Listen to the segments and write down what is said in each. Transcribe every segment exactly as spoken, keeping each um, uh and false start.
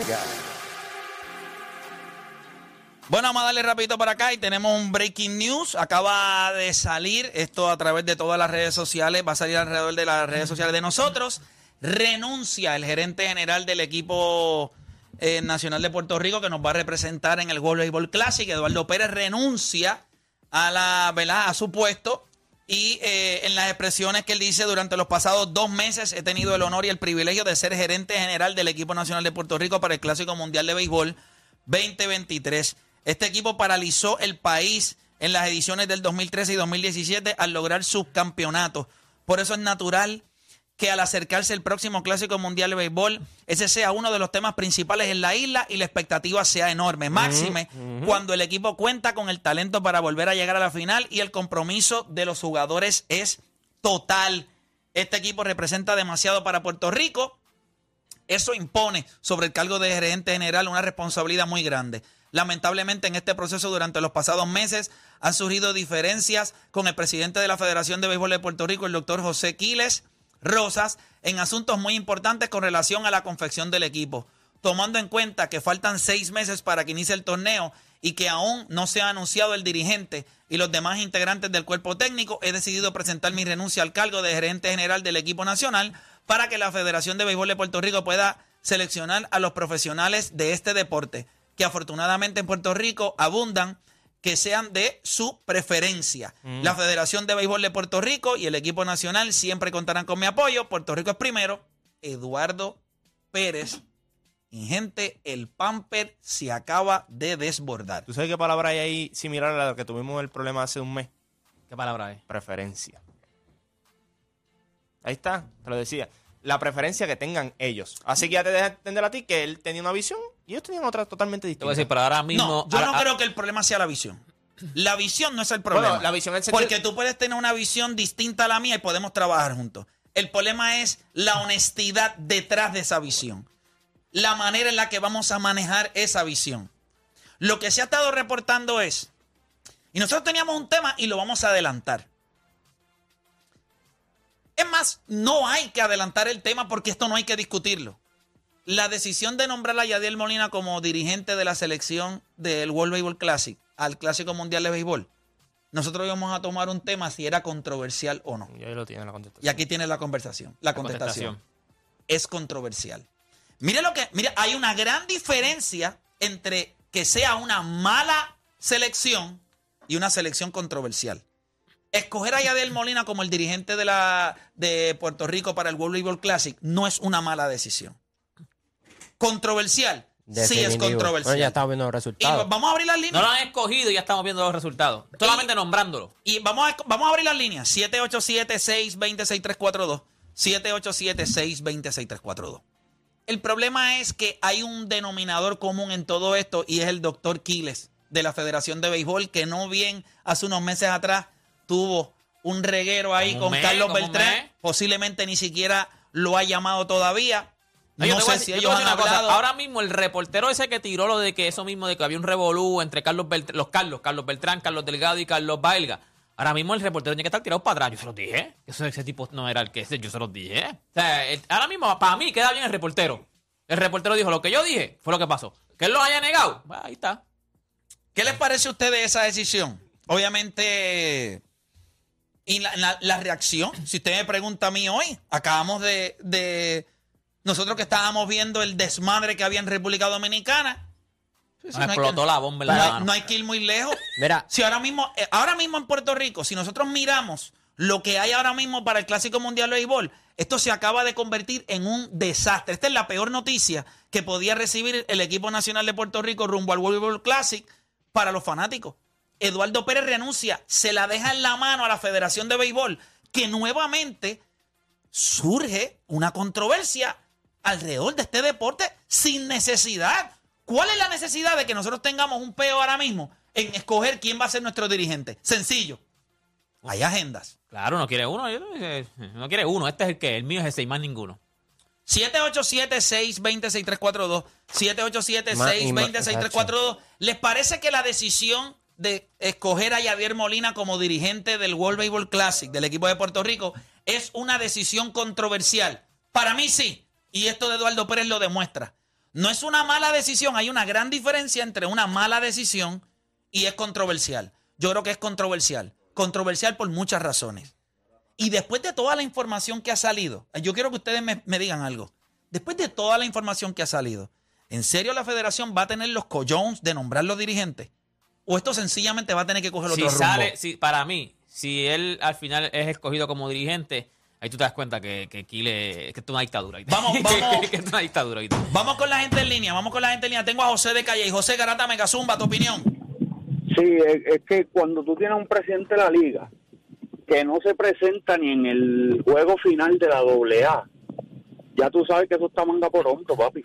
Mega. Bueno, vamos a darle rapidito para acá y tenemos un breaking news. Acaba de salir esto a través de todas las redes sociales. Va a salir alrededor de las redes sociales de nosotros. Renuncia el gerente general del equipo eh, nacional de Puerto Rico que nos va a representar en el World Baseball Classic. Eduardo Pérez renuncia a, la, ¿verdad? a su puesto. Y eh, en las expresiones que él dice, durante los pasados dos meses he tenido el honor y el privilegio de ser gerente general del equipo nacional de Puerto Rico para el Clásico Mundial de Béisbol veinte veintitrés. Este equipo paralizó el país en las ediciones del dos mil trece y dos mil diecisiete al lograr sus campeonatos. Por eso es natural que al acercarse el próximo Clásico Mundial de Béisbol, ese sea uno de los temas principales en la isla y la expectativa sea enorme. Máxime, uh-huh. cuando el equipo cuenta con el talento para volver a llegar a la final y el compromiso de los jugadores es total. Este equipo representa demasiado para Puerto Rico. Eso impone sobre el cargo de gerente general una responsabilidad muy grande. Lamentablemente, en este proceso durante los pasados meses han surgido diferencias con el presidente de la Federación de Béisbol de Puerto Rico, el doctor José Quiles Rosas, en asuntos muy importantes con relación a la confección del equipo. Tomando en cuenta que faltan seis meses para que inicie el torneo y que aún no se ha anunciado el dirigente y los demás integrantes del cuerpo técnico, he decidido presentar mi renuncia al cargo de gerente general del equipo nacional para que la Federación de Béisbol de Puerto Rico pueda seleccionar a los profesionales de este deporte, que afortunadamente en Puerto Rico abundan, que sean de su preferencia. Mm. La Federación de Béisbol de Puerto Rico y el equipo nacional siempre contarán con mi apoyo. Puerto Rico es primero. Eduardo Pérez. Y gente, el pamper se acaba de desbordar. ¿Tú sabes qué palabra hay ahí similar a la que tuvimos el problema hace un mes? ¿Qué palabra hay? Preferencia. Ahí está, te lo decía. La preferencia que tengan ellos. Así que ya te deja entender a ti que él tenía una visión y ellos tenían otra totalmente distinta. Te voy a decir, pero ahora mismo... No, yo ahora, no ahora, creo que el problema sea la visión. La visión no es el problema. Bueno, la visión en el sentido... Porque tú puedes tener una visión distinta a la mía y podemos trabajar juntos. El problema es la honestidad detrás de esa visión. La manera en la que vamos a manejar esa visión. Lo que se ha estado reportando es... Y nosotros teníamos un tema y lo vamos a adelantar. Es más, no hay que adelantar el tema porque esto no hay que discutirlo. La decisión de nombrar a Yadiel Molina como dirigente de la selección del World Baseball Classic al Clásico Mundial de Béisbol, nosotros íbamos a tomar un tema si era controversial o no. Y ahí lo tiene la contestación. Y aquí tiene la conversación, la, la contestación. contestación. Es controversial. Mire lo que, mire, hay una gran diferencia entre que sea una mala selección y una selección controversial. Escoger a Yadiel Molina como el dirigente de, la, de Puerto Rico para el World Baseball Classic no es una mala decisión. Controversial, definitivo. Sí es controversial. Bueno, ya estamos viendo los resultados. Y vamos a abrir las líneas. No lo han escogido y ya estamos viendo los resultados. Solamente y, nombrándolo. Y vamos a, vamos a abrir las líneas. siete ocho siete, seis dos cero, seis tres cuatro dos. siete ocho siete, seis dos cero, seis tres cuatro dos. El problema es que hay un denominador común en todo esto y es el doctor Quiles de la Federación de Béisbol, que no bien hace unos meses atrás tuvo un reguero ahí con mes, Carlos Beltrán. Posiblemente ni siquiera lo ha llamado todavía. No, no sé si ellos han hablado. Cosa. Ahora mismo el reportero ese que tiró lo de que eso mismo, de que había un revolú entre Carlos Beltrán, los Carlos, Carlos Beltrán, Carlos Delgado y Carlos Bailga. Ahora mismo el reportero tiene que estar tirado para atrás. Yo se los dije. Eso, ese tipo no era el que ese, yo se los dije. O sea, el, ahora mismo para mí queda bien el reportero. El reportero dijo, lo que yo dije fue lo que pasó. Que él lo haya negado. Bueno, ahí está. ¿Qué les parece a ustedes esa decisión? Obviamente... Y la, la, la reacción, si usted me pregunta a mí hoy, acabamos de, de... Nosotros que estábamos viendo el desmadre que había en República Dominicana. Pues, no explotó que, la bomba en la no, mano. No hay que ir muy lejos. Mira. Si ahora mismo, ahora mismo en Puerto Rico, si nosotros miramos lo que hay ahora mismo para el Clásico Mundial de Béisbol, esto se acaba de convertir en un desastre. Esta es la peor noticia que podía recibir el equipo nacional de Puerto Rico rumbo al World Baseball Classic para los fanáticos. Eduardo Pérez renuncia, se la deja en la mano a la Federación de Béisbol, que nuevamente surge una controversia alrededor de este deporte sin necesidad. ¿Cuál es la necesidad de que nosotros tengamos un peo ahora mismo en escoger quién va a ser nuestro dirigente? Sencillo. Hay agendas. Claro, no quiere uno. No quiere uno. Este es el que. El mío es ese y más ninguno. siete ocho siete, seis dos cero, seis tres cuatro dos. siete ocho siete, seis dos cero, seis tres cuatro dos. ¿Les parece que la decisión de escoger a Yadiel Molina como dirigente del World Baseball Classic del equipo de Puerto Rico es una decisión controversial? Para mí sí. Y esto de Eduardo Pérez lo demuestra. No es una mala decisión, hay una gran diferencia entre una mala decisión y es controversial. Yo creo que es controversial. Controversial por muchas razones. Y después de toda la información que ha salido, yo quiero que ustedes me, me digan algo. Después de toda la información que ha salido, ¿en serio la federación va a tener los collones de nombrar los dirigentes? ¿O esto sencillamente va a tener que coger Si otro sale, rumbo? si, para mí, si él al final es escogido como dirigente, ahí tú te das cuenta que, que Kile, que esto es una dictadura. Vamos, vamos. que esto es una dictadura. ahorita. Vamos con la gente en línea, vamos con la gente en línea. Tengo a José de Calle y José Garata Megazumba, tu opinión. Sí, es, es que cuando tú tienes un presidente de la liga que no se presenta ni en el juego final de la doble A, ya tú sabes que eso está manga por hombro, papi.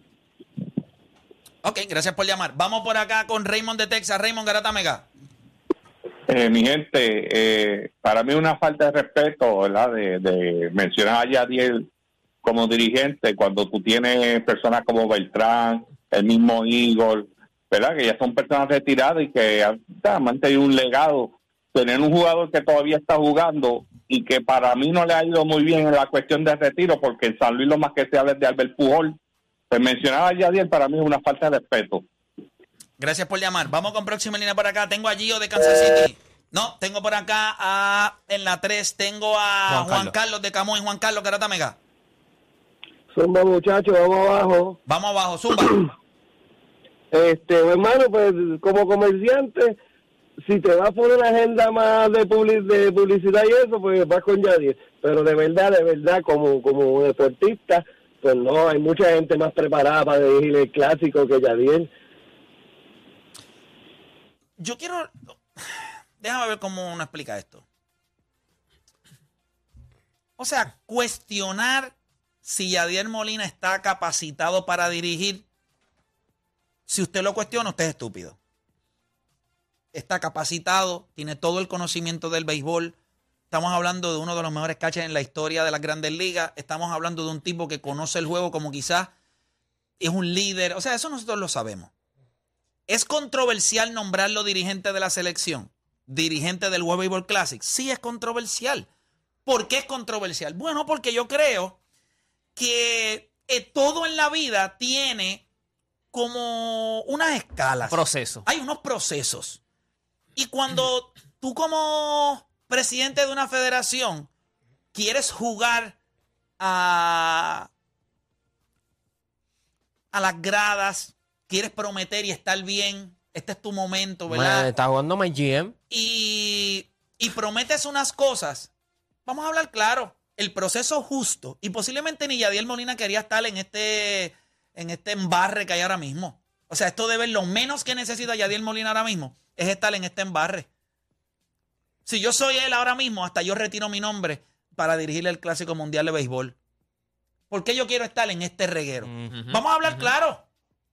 Ok, gracias por llamar. Vamos por acá con Raymond de Texas. Raymond Garata Mega. Eh, mi gente, eh, para mí una falta de respeto, ¿verdad? De, de mencionar a Yadiel como dirigente cuando tú tienes personas como Beltrán, el mismo Igor, ¿verdad? Que ya son personas retiradas y que han mantenido un legado. Tener un jugador que todavía está jugando y que para mí no le ha ido muy bien en la cuestión de retiro, porque en San Luis lo más que se habla es de Albert Pujol. Pues mencionar a Yadiel para mí es una falta de respeto. Gracias por llamar. Vamos con próxima línea por acá. Tengo a Gio de Kansas City. No, tengo por acá a, en la tres, tengo a Juan, Juan Juan Carlos. Carlos de Camoy. Juan Carlos Garata Mega. Zumba, muchachos, vamos abajo. Vamos abajo, zumba. Este, hermano, pues como comerciante, si te vas por una agenda más de, public, de publicidad y eso, pues vas con Yadier. Pero de verdad, de verdad, como, como deportista, pues no, hay mucha gente más preparada para dirigir el clásico que Yadier. Yo quiero... Déjame ver cómo uno explica esto. O sea, cuestionar si Yadier Molina está capacitado para dirigir. Si usted lo cuestiona, usted es estúpido. Está capacitado, tiene todo el conocimiento del béisbol. Estamos hablando de uno de los mejores catchers en la historia de las Grandes Ligas. Estamos hablando de un tipo que conoce el juego como quizás es un líder. O sea, eso nosotros lo sabemos. ¿Es controversial nombrarlo dirigente de la selección? ¿Dirigente del World Baseball Classic? Sí, es controversial. ¿Por qué es controversial? Bueno, porque yo creo que eh, todo en la vida tiene como unas escalas. Proceso. Hay unos procesos. Y cuando tú como presidente de una federación quieres jugar a, a las gradas, quieres prometer y estar bien, este es tu momento, ¿verdad? Bueno, está jugando My G M. Y, y prometes unas cosas. Vamos a hablar claro. El proceso justo. Y posiblemente ni Yadier Molina quería estar en este, en este embarre que hay ahora mismo. O sea, esto debe lo menos que necesita Yadier Molina ahora mismo es estar en este embarre. Si yo soy él ahora mismo, hasta yo retiro mi nombre para dirigirle el Clásico Mundial de Béisbol. ¿Por qué yo quiero estar en este reguero? Uh-huh, Vamos a hablar uh-huh. claro.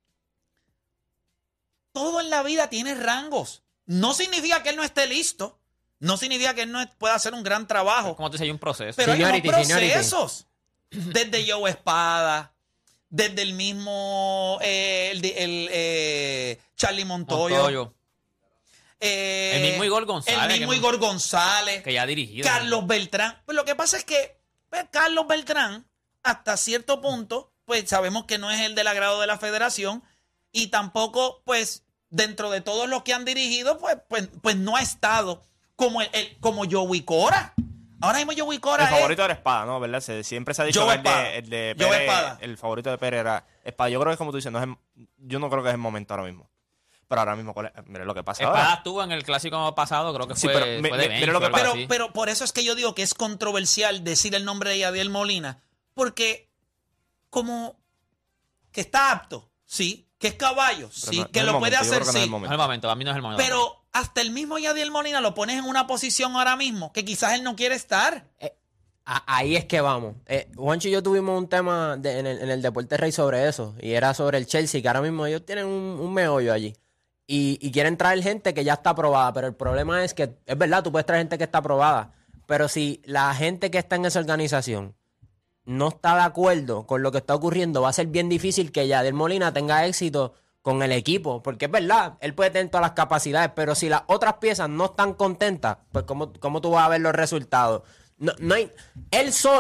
Todo en la vida tiene rangos. No significa que él no esté listo. No significa que él no pueda hacer un gran trabajo. Como tú dices, hay un proceso. Pero Seniority, hay unos seniority. procesos. Desde Joe Espada, desde el mismo eh, el, el, eh, Charlie Montoyo. Montoyo, eh, El mismo Igor González, El mismo que- Igor González. que ya ha dirigido. Carlos Beltrán. Pues lo que pasa es que pues, Carlos Beltrán, hasta cierto punto, pues sabemos que no es el del agrado de la federación y tampoco, pues, dentro de todos los que han dirigido, pues, pues, pues no ha estado como, el, el- como Joey Cora. Ahora mismo Joey Cora El es- favorito era Espada, ¿no? ¿Verdad? Se- siempre se ha dicho Joe que el Espada. de, el de Joe Pérez, Espada. el favorito de Pérez era Espada. Yo creo que es como tú dices, no es el- yo no creo que es el momento ahora mismo. Pero ahora mismo, ¿cuál es? Mire lo que pasa Espada ahora. estuvo en el clásico pasado, creo que Sí, fue, pero fue mi- de mi- bench mira lo o que algo Pero, así. pero por eso es que yo digo que es controversial decir el nombre de Yadier Molina, porque como que está apto, sí, que es caballo, Pero sí, no- no que es el lo puede momento, yo hacer, creo que no es el sí. No momento. es el momento, a mí no es el momento. Pero hasta el mismo Yadier Molina lo pones en una posición ahora mismo que quizás él no quiere estar. A- Ahí es que vamos. Eh, Juancho y yo tuvimos un tema de- en, el, en el Deporte Rey sobre eso. Y era sobre el Chelsea, que ahora mismo ellos tienen un, un meollo allí. Y, y quieren traer gente que ya está aprobada. Pero el problema es que, es verdad, tú puedes traer gente que está aprobada. Pero si la gente que está en esa organización no está de acuerdo con lo que está ocurriendo, va a ser bien difícil que Yadier Molina tenga éxito con el equipo. Porque es verdad, él puede tener todas las capacidades. Pero si las otras piezas no están contentas, pues ¿cómo, cómo tú vas a ver los resultados? No, no hay, él solo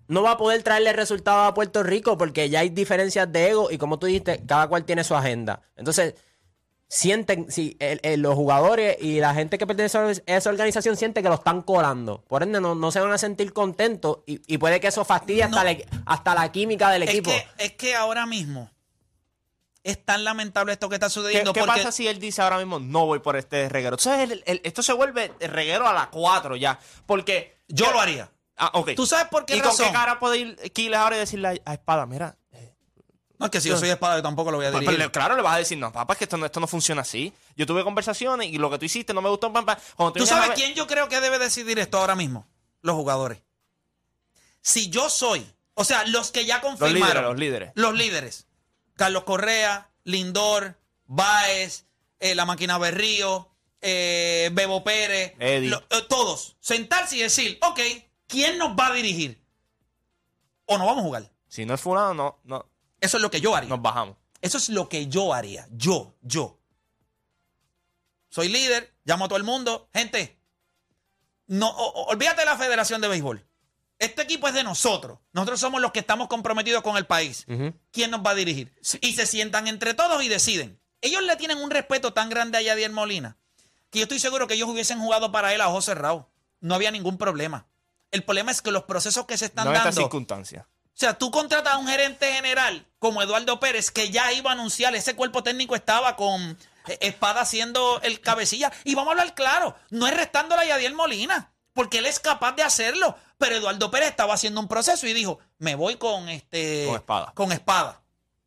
no va a poder traerle resultados a Puerto Rico porque ya hay diferencias de ego y como tú dijiste, cada cual tiene su agenda. Entonces, sienten, si el, el, los jugadores y la gente que pertenece a esa organización siente que lo están colando. Por ende, no, no se van a sentir contentos y, y puede que eso fastidie hasta, No. la, hasta la química del Es equipo. que, es que ahora mismo es tan lamentable esto que está ¿Qué, sucediendo. qué porque pasa si él dice ahora mismo, no voy por este reguero? Entonces, el- el- esto se vuelve el reguero a las cuatro ya. Porque... yo lo haría. Ah, ok. ¿Tú sabes por qué ¿Y razón? con qué cara puede ir Quiles ahora y decirle a, a Espada, mira... eh, No, es que si yo soy espada, yo tampoco lo voy a pues, dirigir. pues, claro, le vas a decir, no, papá, es que esto no, esto no funciona así. Yo tuve conversaciones y lo que tú hiciste no me gustó. Pam, pam. Cuando ¿Tú vienes a sabes ver- quién yo creo que debe decidir esto ahora mismo? Los jugadores. Si yo soy, o sea, los que ya Los confirmaron. líderes, los líderes. Los líderes. Carlos Correa, Lindor, Báez, eh, La Máquina Berrío, eh, Bebo Pérez. Eddie. lo- eh, todos. Sentarse y decir, ok, ¿quién nos va a dirigir? ¿O no vamos a jugar? Si no es fulano, no, no, Eso es lo que yo haría. nos bajamos. Eso es lo que yo haría. Yo, yo. Soy líder, llamo a todo el mundo. Gente, no, o- o- olvídate de la Federación de Béisbol. Este equipo es de nosotros. Nosotros somos los que estamos comprometidos con el país. Ujú. ¿Quién nos va a dirigir? Y se sientan entre todos y deciden. Ellos le tienen un respeto tan grande a Yadier Molina que yo estoy seguro que ellos hubiesen jugado para él a ojos cerrados. No había ningún problema. El problema es que los procesos que se están No en estas dando... circunstancias. O sea, tú contratas a un gerente general como Eduardo Pérez, que ya iba a anunciar, ese cuerpo técnico estaba con eh, Espada haciendo el cabecilla. Y vamos a hablar claro, no es restándole a Yadier Molina, porque él es capaz de hacerlo. Pero Eduardo Pérez estaba haciendo un proceso y dijo, me voy con este... Con Espada. Con Espada.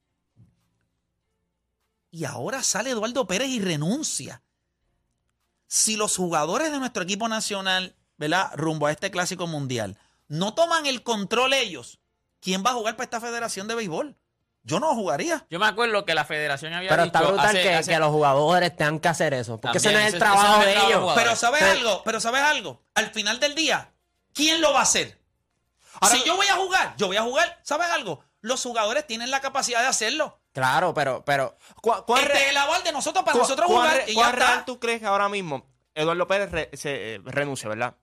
Y ahora sale Eduardo Pérez y renuncia. Si los jugadores de nuestro equipo nacional, ¿verdad?, rumbo a este clásico mundial, no toman el control ellos, ¿quién va a jugar para esta federación de béisbol? Yo no jugaría. Yo me acuerdo que la federación había Pero dicho... está brutal hace- que, hace- que los jugadores tengan que hacer eso. Porque También, ese no es el eso- eso trabajo no es el de trabajo de ellos. los Pero ¿sabes Pero- algo? Pero ¿sabes algo? Al final del día, ¿quién lo va a hacer? Ahora- si yo voy a jugar, yo voy a jugar. ¿Sabes algo? Los jugadores tienen la capacidad de hacerlo. Claro, pero, pero ¿Cuál, cuál Este re- es el aval de nosotros para cuál- nosotros cuál jugar re- y ya cuál está. real tú crees que ahora mismo Eduardo Pérez re- se, eh, renuncia, ¿verdad?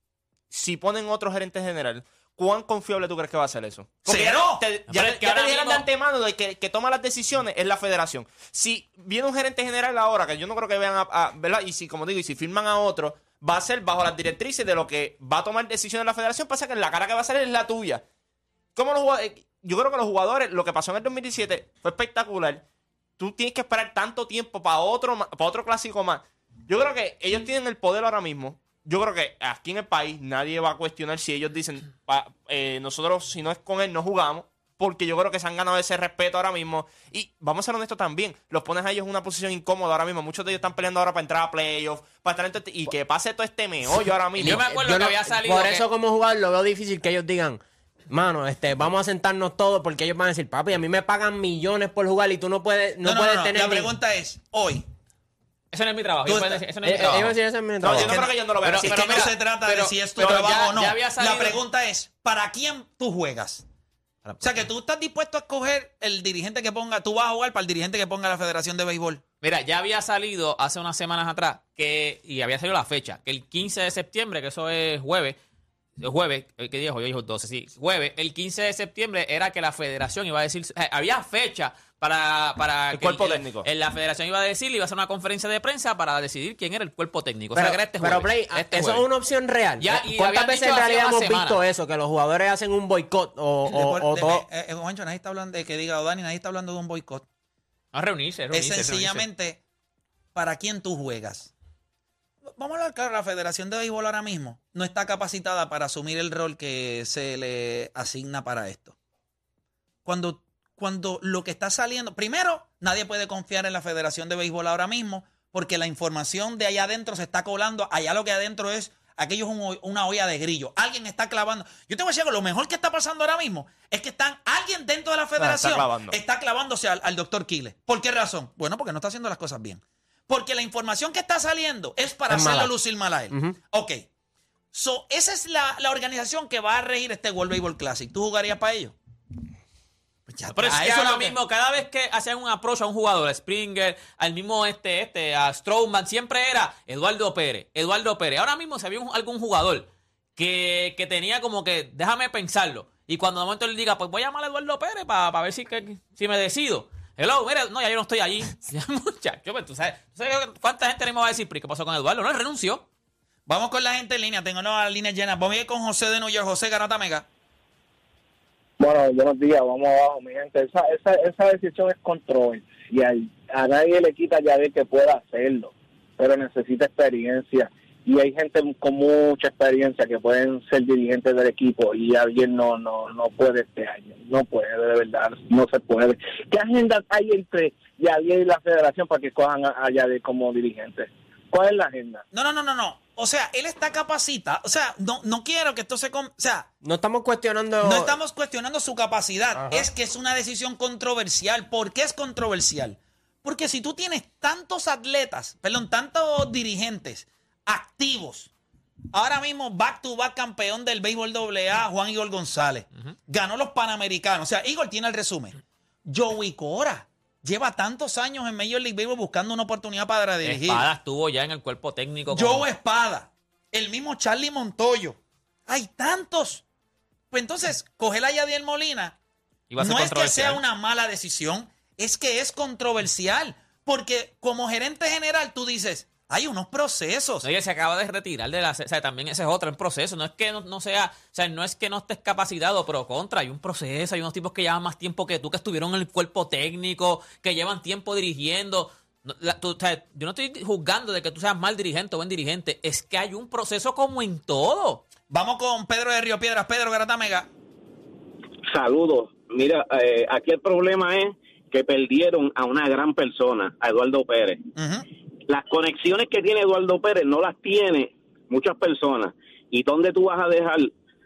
Si ponen otro gerente general, ¿cuán confiable tú crees que va a ser eso? Porque ¡Cero! Ya, te, ya, Pero es te- que ya te ahora dijeron de mismo- antemano de que, que toma las decisiones es la federación. Si viene un gerente general ahora, que yo no creo que vean a, a- ¿verdad? Y si, como digo, y si firman a otro, va a ser bajo las directrices de lo que va a tomar decisiones la federación, pasa que la cara que va a salir es la tuya. ¿Cómo los jugadores? Yo creo que los jugadores, lo que pasó en el dos mil diecisiete fue espectacular. Tú tienes que esperar tanto tiempo para otro, ma- para otro clásico más. Yo creo que ellos tienen el poder ahora mismo. Yo creo que aquí en el país nadie va a cuestionar si ellos dicen, pa- eh, nosotros si no es con él no jugamos, porque yo creo que se han ganado ese respeto ahora mismo. Y vamos a ser honestos también, los pones a ellos en una posición incómoda ahora mismo. Muchos de ellos están peleando ahora para entrar a playoffs, para estar en todo este- y que pase todo este meollo ahora mismo. Yo me acuerdo yo que no- había salido por que- eso como jugador lo veo difícil que ellos digan, mano, este, vamos a sentarnos todos porque ellos van a decir, papi, a mí me pagan millones por jugar y tú no puedes, no, No, no, puedes no, no. tener La ni- pregunta es, hoy, Eso no es mi trabajo. Tú ellos pueden estás- decir, eso no es Eh, mi eh, trabajo. ellos van a decir, ese es mi No, trabajo. yo no creo que ellos no lo vean Pero- así. es pero que no mira, se trata pero- de si es tu pero trabajo ya- o no. ya había La salido- pregunta es, ¿para quién tú juegas? O sea, que tú estás dispuesto a escoger el dirigente que ponga, tú vas a jugar para el dirigente que ponga la Federación de Béisbol. Mira, ya había salido hace unas semanas atrás que y había salido la fecha, que el quince de septiembre, que eso es jueves, el jueves, ¿qué día es hoy? Hoy es doce, sí, jueves, el quince de septiembre era que la federación iba a decir, eh, había fecha para, para El que cuerpo técnico. el- la federación iba a decir, iba a hacer una conferencia de prensa para decidir quién era el cuerpo técnico. o sea, Pero, que era este pero, jueves, Play, este eso jueves. es una opción real. Ya, Eh, y ¿Cuántas habían veces dicho en hace realidad una hemos semana. visto eso? Que los jugadores hacen un boicot o, El o, depor- o de- todo. eh, eh, Juancho, nadie está hablando de que diga o Dani, nadie está hablando de un boicot. A reunirse, Es reunirse, reunirse. sencillamente para quién tú juegas. Vamos a hablar claro, la Federación de Béisbol ahora mismo no está capacitada para asumir el rol que se le asigna para esto. Cuando, cuando lo que está saliendo, primero, nadie puede confiar en la Federación de Béisbol ahora mismo porque la información de allá adentro se está colando, allá lo que adentro es, aquello es un ho- una olla de grillo. Alguien está clavando. Yo te voy a decir que lo mejor que está pasando ahora mismo es que están alguien dentro de la Federación clavando. está clavándose al, al doctor Quiles. ¿Por qué razón? Bueno, porque no está haciendo las cosas bien. Porque la información que está saliendo es para Es hacerlo mala. lucir mal a él. Ujú. Ok. So, esa es la, la organización que va a regir este World Baseball Classic. ¿Tú jugarías para ellos? Pues ya Pero es está, que eso ahora es lo que- mismo, cada vez que hacían un approach a un jugador, a Springer, al mismo este, este, a Stroman, siempre era Eduardo Pérez, Eduardo Pérez. Ahora mismo si había un- algún jugador que, que tenía como que, déjame pensarlo, Y cuando de momento él diga, pues voy a llamar a Eduardo Pérez para ver si, que, si me decido. Hello, mira, no, ya yo no estoy allí. Ya, muchacho, pues tú sabes, tú sabes cuánta gente le va a decir, ¿qué pasó con Eduardo? No, él renunció. Vamos con la gente en línea, tengo nuevas líneas llenas. Vamos a ir con José de New York. José Garata Mega. Bueno, buenos días, vamos abajo, mi gente. Esa, esa, esa decisión es controversial. A nadie le quita ya de que pueda hacerlo, pero necesita experiencia. Y hay gente con mucha experiencia que pueden ser dirigentes del equipo y alguien no no no puede este año. No puede, de verdad, no se puede. ¿Qué agenda hay entre Yadier y la federación para que cojan a, a Yadier como dirigente? ¿Cuál es la agenda? No, no, no, no, no. O sea, él está capacitado. O sea, no, no quiero que esto se... Com- o sea, No estamos cuestionando... no estamos cuestionando su capacidad. Ajá. Es que es una decisión controversial. ¿Por qué es controversial? Porque si tú tienes tantos atletas, perdón, tantos dirigentes activos, ahora mismo back to back campeón del béisbol doble A, Juan Igor González, uh-huh. ganó los Panamericanos. O sea, Igor tiene el resumen. Joey Cora lleva tantos años en Major League Baseball buscando una oportunidad para dirigir. Espada estuvo ya en el cuerpo técnico. Joe como... Espada, el mismo Charlie Montoyo. Hay tantos. Pues entonces, coger a Yadier Molina no es que sea una mala decisión, es que es controversial. Porque como gerente general tú dices, hay unos procesos. No, y él se acaba de retirar de la... O sea, también ese es otro, un proceso. No es que no, no sea... O sea, no es que no estés capacitado, pero contra, hay un proceso. Hay unos tipos que llevan más tiempo que tú, que estuvieron en el cuerpo técnico, que llevan tiempo dirigiendo. No, la, tú, o sea, yo no estoy juzgando de que tú seas mal dirigente o buen dirigente. Es que hay un proceso como en todo. Vamos con Pedro de Río Piedras. Pedro Garata Mega. Saludos. Mira, eh, aquí el problema es que perdieron a una gran persona, a Eduardo Pérez. Uh-huh. Las conexiones que tiene Eduardo Pérez no las tiene muchas personas. ¿Y dónde tú vas a dejar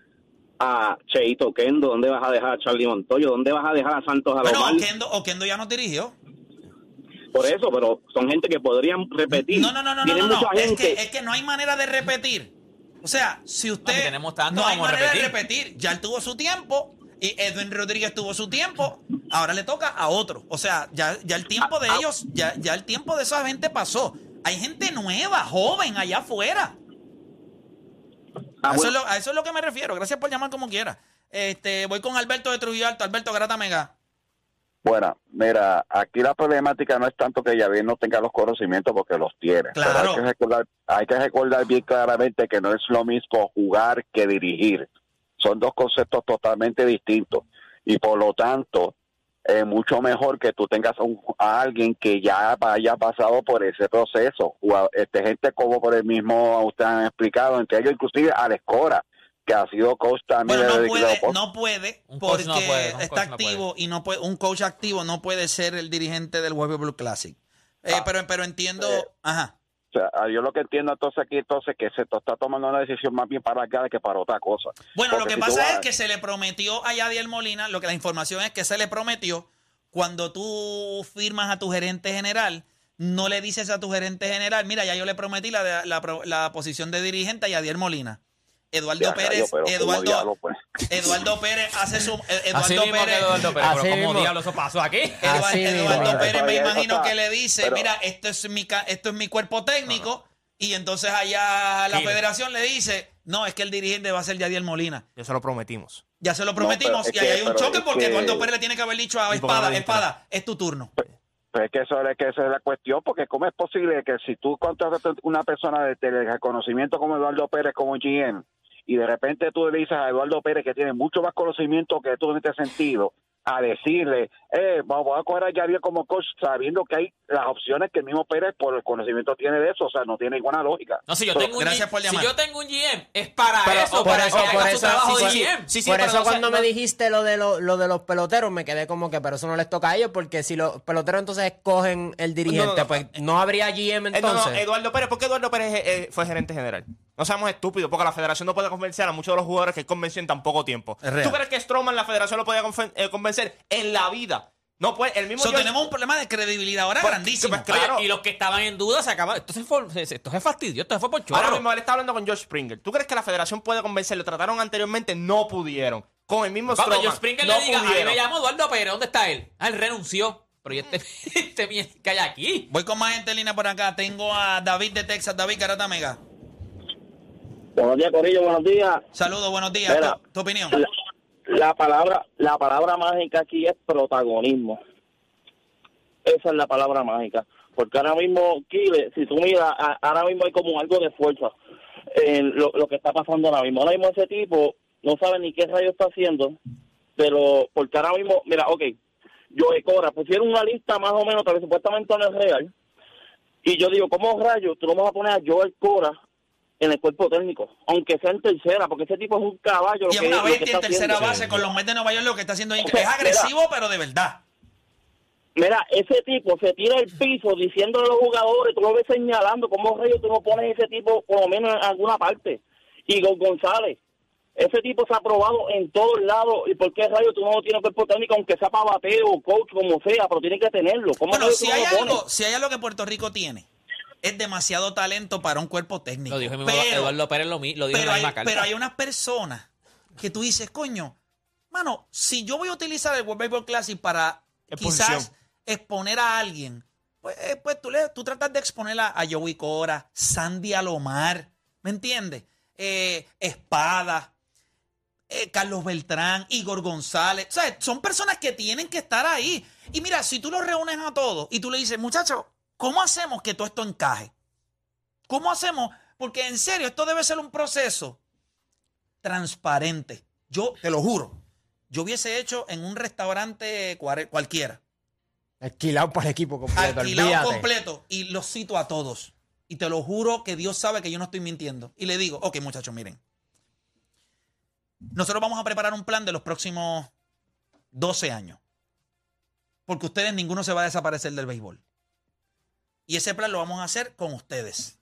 a Cheito Kendo? ¿Dónde vas a dejar a Charlie Montoyo? ¿Dónde vas a dejar a Santos Alomar? Bueno, Oquendo, Oquendo ya nos dirigió. Por eso, pero son gente que podrían repetir. No, no, no, no, no, no, no. Es, que, es que no hay manera de repetir. O sea, si usted... No, si tenemos tanto, no hay vamos manera a repetir. de repetir. Ya él tuvo su tiempo y Edwin Rodríguez tuvo su tiempo. Ahora le toca a otro. O sea, ya, ya el tiempo de ellos, ya, ya el tiempo de esa gente pasó. Hay gente nueva, joven, allá afuera. A eso, es lo, a eso es lo que me refiero. Gracias por llamar como quiera. Este, voy con Alberto de Trujillo Alto. Alberto Garata Mega. Bueno, mira, aquí la problemática no es tanto que Yadier no tenga los conocimientos, porque los tiene. Claro. Pero hay que recordar, hay que recordar bien claramente que no es lo mismo jugar que dirigir. Son dos conceptos totalmente distintos. Y por lo tanto, es mucho mejor que tú tengas un, a alguien que ya haya pasado por ese proceso. O a, este, gente como por el mismo, ustedes han explicado, entre ellos inclusive Alex Cora, que ha sido coach también. Bueno, no de, puede, de, no puede, un porque no puede, un está no activo puede. y no puede, un coach activo no puede ser el dirigente del Western Blue Classic. Eh, Ah, pero, pero entiendo, eh, ajá. O sea, yo lo que entiendo entonces aquí entonces que se está tomando una decisión más bien para acá que para otra cosa. Bueno, Porque lo que si pasa tú vas- es que se le prometió a Yadier Molina, lo que la información es que se le prometió, cuando tú firmas a tu gerente general, no le dices a tu gerente general, mira, ya yo le prometí la, la, la posición de dirigente a Yadier Molina. Eduardo Ya, Pérez, rayo, pero como Eduardo, diablo, pues. Eduardo Pérez hace su... Eduardo Así mismo Pérez, que Eduardo Pérez, Así pero como mismo. diablo eso pasó aquí. Eduardo, Así Eduardo mismo. Pérez me Eso imagino está- que le dice, pero- mira, esto es mi ca- esto es mi cuerpo técnico, y entonces allá la Gil. federación le dice, no, es que el dirigente va a ser Yadier Molina. Eso lo prometimos. Ya se lo No, prometimos, pero es y ahí que- hay un pero choque es porque que- Eduardo Pérez le tiene que haber dicho a ¿Y por qué no Espada, le dijiste Espada, es tu turno. Pues es que eso es que esa es la cuestión, porque cómo es posible que si tú contratas una persona de, de reconocimiento como Eduardo Pérez como G M y de repente tú le dices a Eduardo Pérez, que tiene mucho más conocimiento que tú en este sentido, a decirle, eh, vamos a coger a Yadier como coach, sabiendo que hay las opciones que el mismo Pérez por el conocimiento tiene de eso, o sea, no tiene ninguna lógica. No, si yo Pero- tengo un gracias G- por llamar. si yo tengo un G M, es para Pero, eso, por para eso- que por haga su eso- trabajo sí, de sí. G M. Sí, sí, Por pero eso no sé- cuando no- me dijiste lo de, lo, lo de los peloteros, me quedé como que, pero eso no les toca a ellos, porque si los peloteros entonces escogen el dirigente, No, no, no. pues no habría G M Eh, no, entonces. no, Eduardo Pérez, ¿por qué Eduardo Pérez eh, eh, fue gerente general? No seamos estúpidos, porque la federación no puede convencer a muchos de los jugadores que convenció en tan poco tiempo. Es real. ¿Tú crees que Stroman la federación lo podía confen- eh, convencer? En la vida. No puede, el mismo So, George- tenemos un problema de credibilidad ahora Pues, grandísimo. pues, claro. Oye, y los que estaban en duda se acaban. Esto se fue, se- esto se fastidió, esto se fue por Ahora chorro. mismo él está hablando con George Springer. ¿Tú crees que la federación puede convencerlo? Trataron anteriormente, no pudieron. Con el mismo Cuando Stroman, Josh Springer no le diga, a mí pudieron. me llamo Eduardo Pérez, ¿dónde está él? Ah, él renunció. Pero ¿y este, este mierda que hay aquí? Voy con más gente en línea por acá. Tengo a David de Texas. David Garata Mega. Buenos días, Corillo, buenos días. Saludos, buenos días. Mira, ¿Tu, tu opinión? La, La palabra, la palabra mágica aquí es protagonismo. Esa es la palabra mágica. Porque ahora mismo, Kile, si tú miras, a, ahora mismo hay como algo de fuerza en lo, lo que está pasando ahora mismo. Ahora mismo ese tipo no sabe ni qué rayo está haciendo, pero porque ahora mismo, mira, ok, Joey Cora, pusieron una lista más o menos, tal vez supuestamente no es real, y yo digo, ¿cómo rayos tú no vas a poner a Joey Cora en el cuerpo técnico? Aunque sea en tercera, porque ese tipo es un caballo. Y es una bestia en tercera base con los Mets de Nueva York, lo que está haciendo es, O sea, es agresivo, mira, pero de verdad. Mira, ese tipo se tira el piso diciéndole a los jugadores, tú lo ves señalando, ¿cómo rayos tú no pones ese tipo por lo menos en alguna parte? Y Gon- González, ese tipo se ha probado en todos lados, ¿y por qué rayos tú no lo tienes cuerpo técnico, aunque sea para bateo, coach, como sea, pero tienes que tenerlo? ¿Cómo Bueno, rayos si tú no hay, lo pones? algo, si hay algo que Puerto Rico tiene, es demasiado talento para un cuerpo técnico. Lo dijo el mismo pero, Eduardo Pérez, lo, mi- lo dijo en pero, la hay, misma carta. pero hay unas personas que tú dices, coño, mano, si yo voy a utilizar el World Baseball Classic para Exposición. quizás exponer a alguien, pues, eh, pues tú, le, tú tratas de exponer a, a Joey Cora, Sandy Alomar, ¿me entiendes? Eh, Espada, eh, Carlos Beltrán, Igor González. O sea, son personas que tienen que estar ahí. Y mira, si tú los reúnes a todos y tú le dices, muchachos, ¿cómo hacemos que todo esto encaje? ¿Cómo hacemos? Porque en serio, esto debe ser un proceso transparente. Yo te lo juro, yo hubiese hecho en un restaurante cuare- cualquiera. Alquilado para el equipo completo. Alquilado olvídate. completo y los cito a todos. Y te lo juro que Dios sabe que yo no estoy mintiendo. Y le digo, ok, muchachos, miren. Nosotros vamos a preparar un plan de los próximos doce años. Porque ustedes, ninguno se va a desaparecer del béisbol. Y ese plan lo vamos a hacer con ustedes.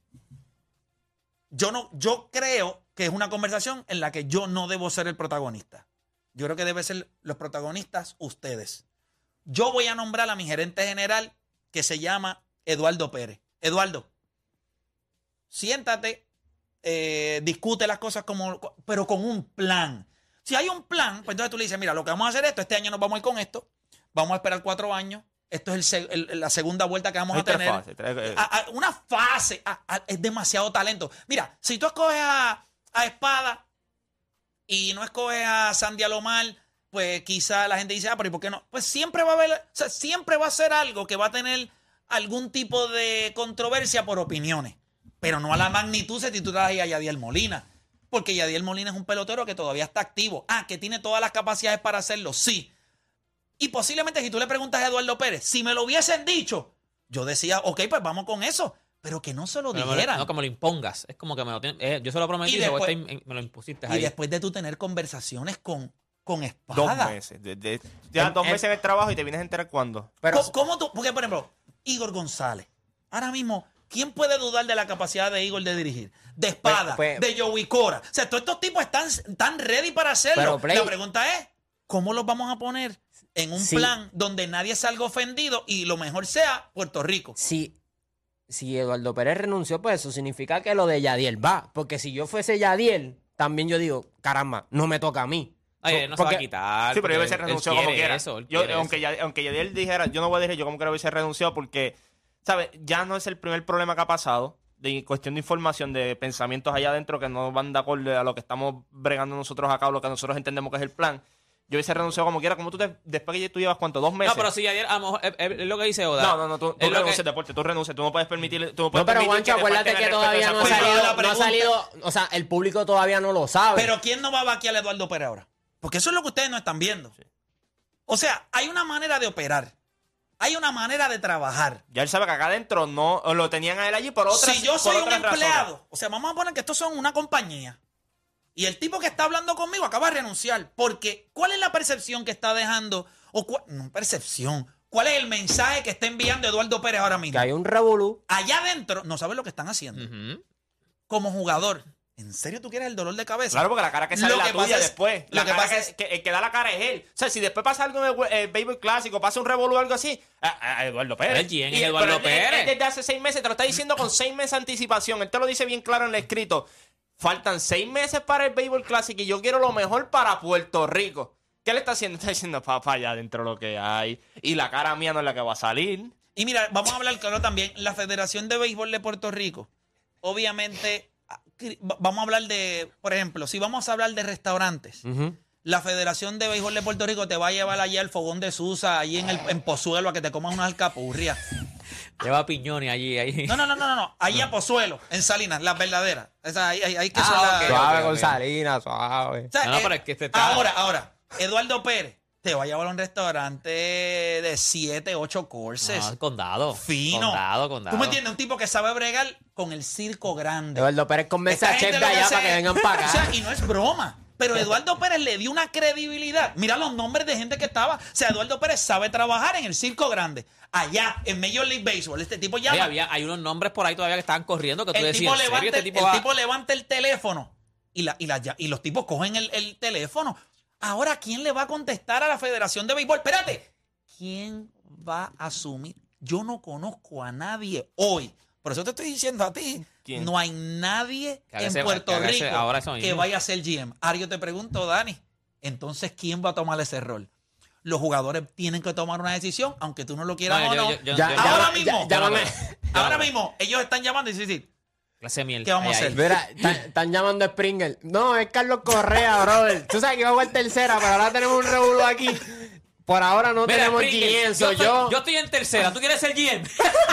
Yo no, yo creo que es una conversación en la que yo no debo ser el protagonista. Yo creo que deben ser los protagonistas ustedes. Yo voy a nombrar a mi gerente general que se llama Eduardo Pérez. Eduardo, siéntate, eh, discute las cosas como, pero con un plan. Si hay un plan, pues entonces tú le dices, mira, lo que vamos a hacer es esto, este año nos vamos a ir con esto, vamos a esperar cuatro años, esto es el, el, la segunda vuelta que vamos Hay a tres tener. fases, tres, eh. A- a- una fase, a- a- es demasiado talento. Mira, si tú escoges a, a Espada y no escoges a Sandy Alomar, pues quizá la gente dice, ah, pero ¿y por qué no? Pues siempre va a haber, o sea, siempre va a ser algo que va a tener algún tipo de controversia por opiniones, pero no a la magnitud si tú traes a Yadiel Molina, porque Yadiel Molina es un pelotero que todavía está activo. Ah, que tiene todas las capacidades para hacerlo, sí. Y posiblemente si tú le preguntas a Eduardo Pérez, si me lo hubiesen dicho, yo decía, ok, pues vamos con eso, pero que no se lo Pero me lo- dijeran. no, que me lo impongas. Es como que me lo tienen- eh, yo se lo prometí Y y, después- después te- me lo impusiste Y ahí. después de tú tener conversaciones con, con Dos Espada. meses. De- de- ya Em- dos em- meses en el trabajo y te vienes a enterar cuándo. Pero, ¿Cómo, cómo tú? Porque, por ejemplo, Igor González. Ahora mismo, ¿quién puede dudar de la capacidad de Igor de dirigir? De Espada, Pues- pues- de Joey Cora. O sea, todos estos tipos están, están ready para hacerlo. Pero, Play- La pregunta es, ¿cómo los vamos a poner en un Sí. plan donde nadie salga ofendido y lo mejor sea Puerto Rico? si, si Eduardo Pérez renunció, pues eso significa que lo de Yadiel va. Porque si yo fuese Yadiel, también yo digo, caramba, no me toca a mí. Ay, él no se va a Porque- quitar. Sí, pero yo porque hubiese él- renunciado él como quiere quiera. eso, él Yo, quiere aunque, eso. ya, aunque Yadiel dijera, yo no voy a dirigir, yo como quiera hubiese renunciado porque, ¿sabes? Ya no es el primer problema que ha pasado de cuestión de información, de pensamientos allá adentro que no van de acuerdo a lo que estamos bregando nosotros acá o lo que nosotros entendemos que es el plan. Yo hubiese renunciado como quiera. Como tú te, después que tú llevas, ¿cuánto? ¿Dos meses? No, pero si ayer, a lo mejor, es, es- es lo que dice Oda. No, no, no, tú, tú Es lo renuncias, que- deporte, tú renuncias, tú no puedes permitir... Tú no, puedes No, pero permitir Juancho, que te acuérdate falten que el respeto a todavía esa no ha persona. salido, La no ha pregunta- salido, o sea, el público todavía no lo sabe. Pero ¿quién no va a vaquear a Eduardo Pérez ahora? Porque eso es lo que ustedes no están viendo. O sea, hay una manera de operar. Hay una manera de trabajar. Ya él sabe que acá adentro no lo tenían a él allí por otras Si yo por soy un otras razones. empleado, o sea, vamos a poner que estos son una compañía. Y el tipo que está hablando conmigo acaba de renunciar. Porque, ¿cuál es la percepción que está dejando? O cua- no percepción. ¿Cuál es el mensaje que está enviando Eduardo Pérez ahora mismo? que hay un revolú. Allá adentro no saben lo que están haciendo. Ujú. Como jugador, ¿en serio tú quieres el dolor de cabeza? Claro, porque la cara que sale Lo es la que pasa tuya es- después. lo La que cara pasa que, es- que el que da la cara es él. O sea, si después pasa algo en el eh, béisbol clásico, pasa un revolú o algo así, a, a Eduardo Pérez. Pero ¿quién es Y- Eduardo pero él- él- Pérez? él desde hace seis meses te lo está diciendo con seis meses de anticipación. Él te lo dice bien claro en el escrito. Faltan seis meses para el béisbol clásico y yo quiero lo mejor para Puerto Rico. ¿Qué le está haciendo? Está diciendo, papá, allá adentro lo que hay. Y la cara mía no es la que va a salir. Y mira, vamos a hablar claro también. La Federación de Béisbol de Puerto Rico, obviamente, ah, cri- va- vamos a hablar de, por ejemplo, si vamos a hablar de restaurantes, Ujú. La Federación de Béisbol de Puerto Rico te va a llevar allí al fogón de Susa, allí en el en Pozuelo, a que te comas unas alcapurrias. Lleva piñones allí, ahí. No, no, no, no, no. Allí a Pozuelo, en Salinas, las verdaderas. Esa, ahí, ahí, ahí que Ah, son las- ok. Suave ok, con ok. Salinas, suave. O sea, No, no, eh, pero es que este está- Ahora, ahora, Eduardo Pérez te va a llevar a un restaurante de siete, ocho courses. No, condado. Fino. Condado, condado. ¿Tú me entiendes? Un tipo que sabe bregar con el circo grande. Eduardo Pérez convence Esta a Chef gente de lo que allá hace para que es- vengan para acá. O sea, y no es broma. Pero Eduardo Pérez le dio una credibilidad. Mira los nombres de gente que estaba. O sea, Eduardo Pérez sabe trabajar en el circo grande. Allá, en Major League Baseball. Este tipo Oye, llama. había, hay unos nombres por ahí todavía que estaban corriendo que tú el decías, tipo, ¿en serio levanta, este el- tipo el va? tipo levanta el teléfono y, la, y, la, y los tipos cogen el, el teléfono. Ahora, ¿quién le va a contestar a la Federación de Béisbol? Espérate. ¿Quién va a asumir? Yo no conozco a nadie hoy. Por eso te estoy diciendo a ti. ¿Quién? No hay nadie Que haga en ese- Puerto que haga ese- Rico ahora eso que mismo. vaya a ser G M. Ahora yo te pregunto, Dani, entonces, ¿quién va a tomar ese rol? Los jugadores tienen que tomar una decisión, aunque tú no lo quieras No, o yo- no. yo- yo- Ya- yo- ya- ahora ya- mismo, ya- llámame. ahora Llámame. mismo, ellos están llamando y dicen, Clase de miel. ¿qué vamos a Ahí, hacer? ahí. Mira, están, están llamando a Springer. No, es Carlos Correa, brother. Tú sabes que iba a jugar tercera, pero ahora tenemos un revuelo aquí. Por ahora no Mira, tenemos Springer, G M, yo, soy estoy, yo. yo estoy en tercera. ¿Tú quieres ser G M?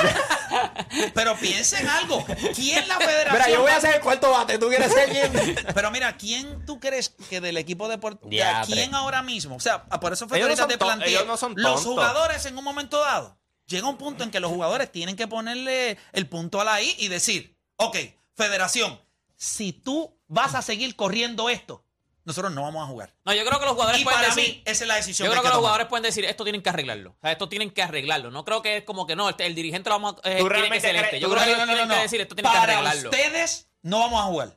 Pero piensen algo. ¿Quién la federación? Mira, yo voy va- a ser el cuarto bate. ¿Tú quieres ser G M? Pero mira, ¿quién tú crees que del equipo de Puerto Rico? Diatre. ¿Quién ahora mismo? O sea, por eso fue que Ellos no ahorita son te ton- planteé. ellos no son Los tontos. jugadores en un momento dado. Llega un punto en que los jugadores tienen que ponerle el punto a la I y decir, ok, federación, si tú vas a seguir corriendo esto, nosotros no vamos a jugar. No, yo creo que los jugadores Y pueden para decir. mí, esa es la decisión Yo que creo hay que que los tomar. jugadores pueden decir, esto tienen que arreglarlo. O sea, esto tienen que arreglarlo. No creo que es como que no, el, el dirigente lo vamos a, eh, ¿Tú tiene que realmente ser este. crees- Yo tú creo que No, ellos no, no, tienen no, que no. decir, esto tienen que Para arreglarlo. ustedes no vamos a jugar.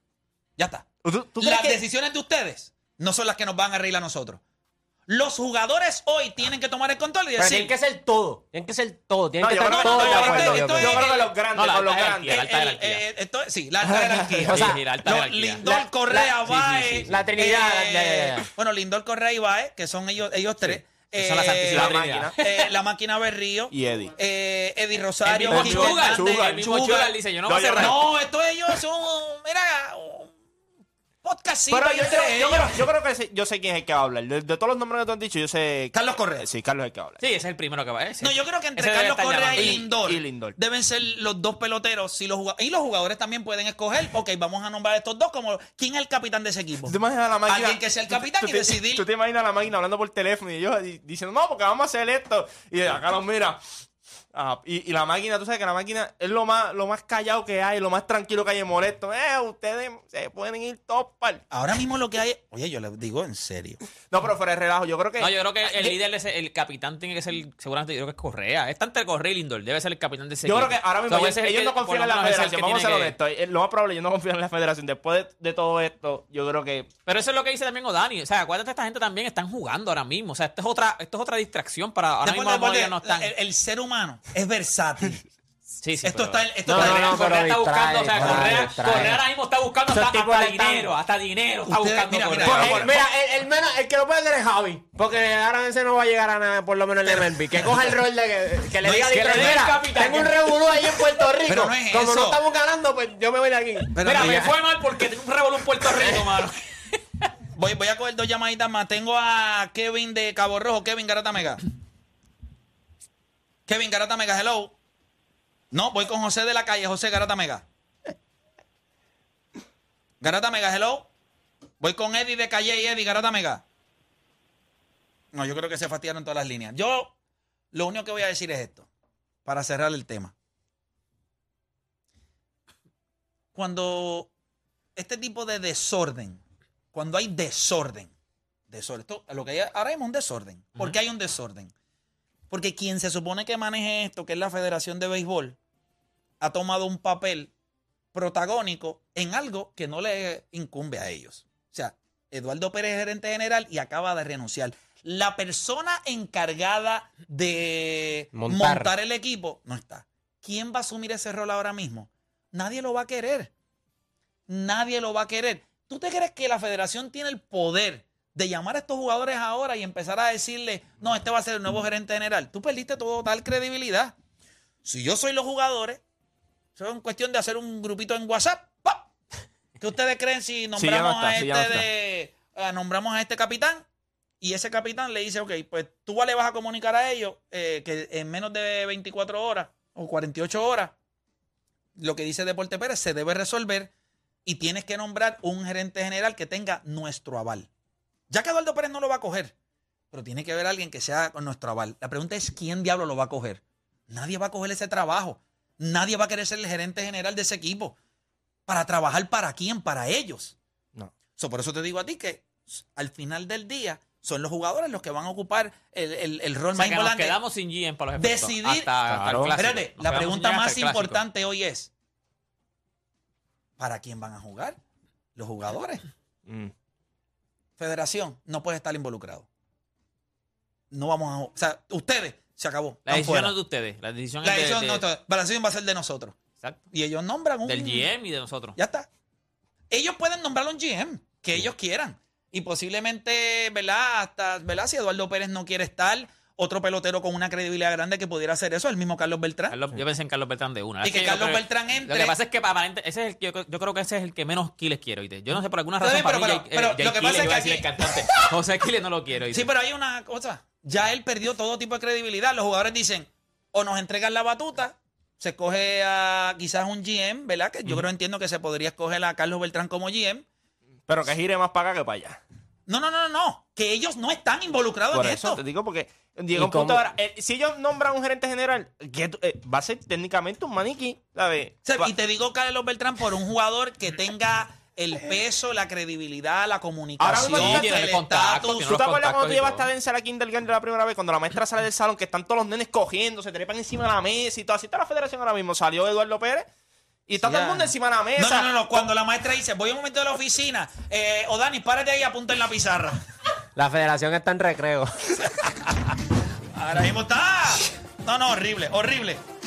Ya está. ¿Tú, tú crees Las que- decisiones de ustedes no son las que nos van a arreglar a nosotros. Los jugadores hoy tienen que tomar el control y Pero decir, tienen que ser todo. Tienen que ser todo. Tienen No, que yo estar creo que- todos no, de yo acuerdo. creo que- yo esto creo. es- yo creo que los grandes No, la con los alta grandes. jerarquía, el- alta el- jerarquía. eh, esto- sí, la alta jerarquía. O sea, Sí, la alta Los jerarquía. Lindor, La- Correa, la- sí, Baez. sí, sí. La Trinidad, eh, ya, ya, ya. Bueno, Lindor, Correa y Baez, que son ellos, ellos tres. que son la Santísima Eh, Trinidad. eh, la máquina Berrío. Y Eddie. Eh, Eddie El Rosario. mismo Quique Chugar, Hernández, el mismo Chugar. Chugar dice, yo no No, voy a yo cerrar. No, estos ellos son, mira, un podcastito Pero ahí yo, entre creo, yo, ellos. creo, yo creo que sé- yo sé quién es el que va a hablar. De, de todos los nombres que tú has dicho, yo sé. Carlos Correa. Sí, Carlos es el que va a hablar. Sí, ese es el primero que va. Ese. No, yo creo que entre Ese debe Carlos estar Correa llamando. y Y- Lindor, y Lindor. deben ser los dos peloteros. Si los jugado- y los jugadores también pueden escoger, ok, vamos a nombrar a estos dos como quién es el capitán de ese equipo. ¿Tú te imaginas a la máquina? Alguien que sea el capitán tú y te- decidir. Tú te imaginas a la máquina hablando por teléfono y ellos di- diciendo, no, porque vamos a hacer esto. Y de acá los mira. Ah, y, y la máquina, tú sabes que la máquina es lo más, lo más callado que hay, lo más tranquilo que hay en molesto. Eh, ustedes se pueden ir todos par. Ahora mismo lo que hay. Oye, yo les digo en serio. No, pero fuera de relajo, yo creo que. No, yo creo que el líder, de ese- el capitán tiene que ser, seguramente, yo creo que es Correa. Está entre Correa y Lindor. Debe ser el capitán de ese Yo equipo. creo que ahora mismo O sea, ellos, ese es el ellos que, no por confían lo en la menos, es el federación. que Vamos a ser tiene que- honestos. Eh, Lo más probable, ellos no confían en la federación. Después de, de todo esto, yo creo que. Pero eso es lo que dice también Odani. O sea, acuérdate, esta gente también están jugando ahora mismo. O sea, esto es otra, esto es otra distracción para ahora Después- mismo los después de- Moyes no están. el, el ser humano es versátil. Sí, sí, esto pero- está. Esto No, está no, no, Correa pero está buscando, o sea, distrae, Correa, distrae. Correa ahora mismo está buscando Esos hasta, tipos hasta le están- dinero, hasta dinero está Ustedes- buscando mira, Correa. mira, Eh, mira, el, el, menos, el que lo puede hacer es Javi. Porque ahora ese no va a llegar a nada, por lo menos en el M L B. Que coja el rol de que, que le No, diga a es que Dietrich, le diga mira, el capitán tengo que- un revolú ahí en Puerto Rico. Pero no es Como eso. no estamos ganando, pues yo me voy de aquí. Pero Mira, no, me ya- fue mal porque tengo un revolú en Puerto Rico, mano. Voy, voy a coger dos llamaditas más. Tengo a Kevin de Cabo Rojo. Kevin Garata Mega. Kevin Garata Mega, hello. No, voy con José de la calle. José Garata Mega. Garata Mega, hello. Voy con Eddie de Calle y Eddie Garata Mega. No, yo creo que se fastidiaron todas las líneas. Yo lo único que voy a decir es esto, para cerrar el tema. Cuando este tipo de desorden, cuando hay desorden, desorden, esto, lo que hay ahora mismo es un desorden. ¿Por qué hay un desorden? Porque quien se supone que maneje esto, que es la Federación de Béisbol, ha tomado un papel protagónico en algo que no le incumbe a ellos. O sea, Eduardo Pérez es gerente general y acaba de renunciar. La persona encargada de Montar. montar el equipo no está. ¿Quién va a asumir ese rol ahora mismo? Nadie lo va a querer. Nadie lo va a querer. ¿Tú te crees que la federación tiene el poder de llamar a estos jugadores ahora y empezar a decirle, no, este va a ser el nuevo gerente general? Tú perdiste total credibilidad. Si yo soy los jugadores, eso es cuestión de hacer un grupito en WhatsApp. ¡Pap! ¿Qué ustedes creen si nombramos está, a sí, este ya no está. de eh, nombramos a este capitán y ese capitán le dice, ok, pues tú le vas a comunicar a ellos eh, que en menos de veinticuatro horas o cuarenta y ocho horas lo que dice Deporte Pérez se debe resolver y tienes que nombrar un gerente general que tenga nuestro aval. Ya que Eduardo Pérez no lo va a coger, pero tiene que haber alguien que sea con nuestro aval. La pregunta es, ¿quién diablo lo va a coger? Nadie va a coger ese trabajo. Nadie va a querer ser el gerente general de ese equipo. ¿Para trabajar para quién? Para ellos. No. So, por eso te digo a ti que al final del día son los jugadores los que van a ocupar el, el, el rol O sea, más que importante. Nos quedamos sin G M para los efectos. Decidir. Hasta, hasta el clásico. Espérate, Nos la quedamos pregunta sin G M más hasta el clásico. importante hoy es: ¿para quién van a jugar? Los jugadores. Mm. Federación no puede estar involucrado. No vamos a. O sea, ustedes, se acabó. La están decisión fuera. no es de ustedes. La decisión La es de, decisión, de- no, la decisión va a ser de nosotros. Exacto. Y ellos nombran un. Del G M y de nosotros. Ya está. Ellos pueden nombrar un G M que ellos quieran. Y posiblemente, ¿verdad? Hasta, ¿verdad? Si Eduardo Pérez no quiere estar, otro pelotero con una credibilidad grande que pudiera hacer eso, el mismo Carlos Beltrán. Carlos- Yo pensé en Carlos Beltrán de una. Y Es que yo Carlos creo- Beltrán entre. Lo que pasa es que aparente, ese es el, yo, yo creo que ese es el que menos Quiles quiero, ¿oíste? Yo no sé por alguna Está razón bien, para pero- mí pero- pero Jay- Jay lo que Quiles pasa es iba a que decir el cantante. José Quiles no lo quiero, ¿oíste? Sí, pero hay una cosa. Ya él perdió todo tipo de credibilidad. Los jugadores dicen, o nos entregan la batuta, se escoge a quizás un G M, ¿verdad? Que yo creo, entiendo que se podría escoger a Carlos Beltrán como G M. Pero que gire más para acá que para allá. No, no, no, no, no. Que ellos no están involucrados Por en eso esto. te digo, porque llega un cómo? punto ahora. eh, si ellos nombran un gerente general, que tú- eh, va a ser técnicamente un maniquí, ¿sabes? O sea, Va- y te digo Carlos Beltrán por un jugador que tenga el peso, la credibilidad, la comunicación, Ahora mismo tiene el el contacto, estatus. tiene ¿Tú te los acuerdas cuando contactos tú y llevaste todo. a Denzel a kindergarten la primera vez? Cuando la maestra sale del salón, que están todos los nenes cogiendo, se trepan encima de la mesa y todo. Así está la federación ahora mismo. Salió Eduardo Pérez y está Sí, todo el ya. mundo encima de la mesa. No, no, no, no. Cuando la maestra dice, voy un momento de la oficina, eh, o Dani, párate ahí y apunta en la pizarra. La federación está en recreo. Ahora mismo está. No, no, horrible, horrible.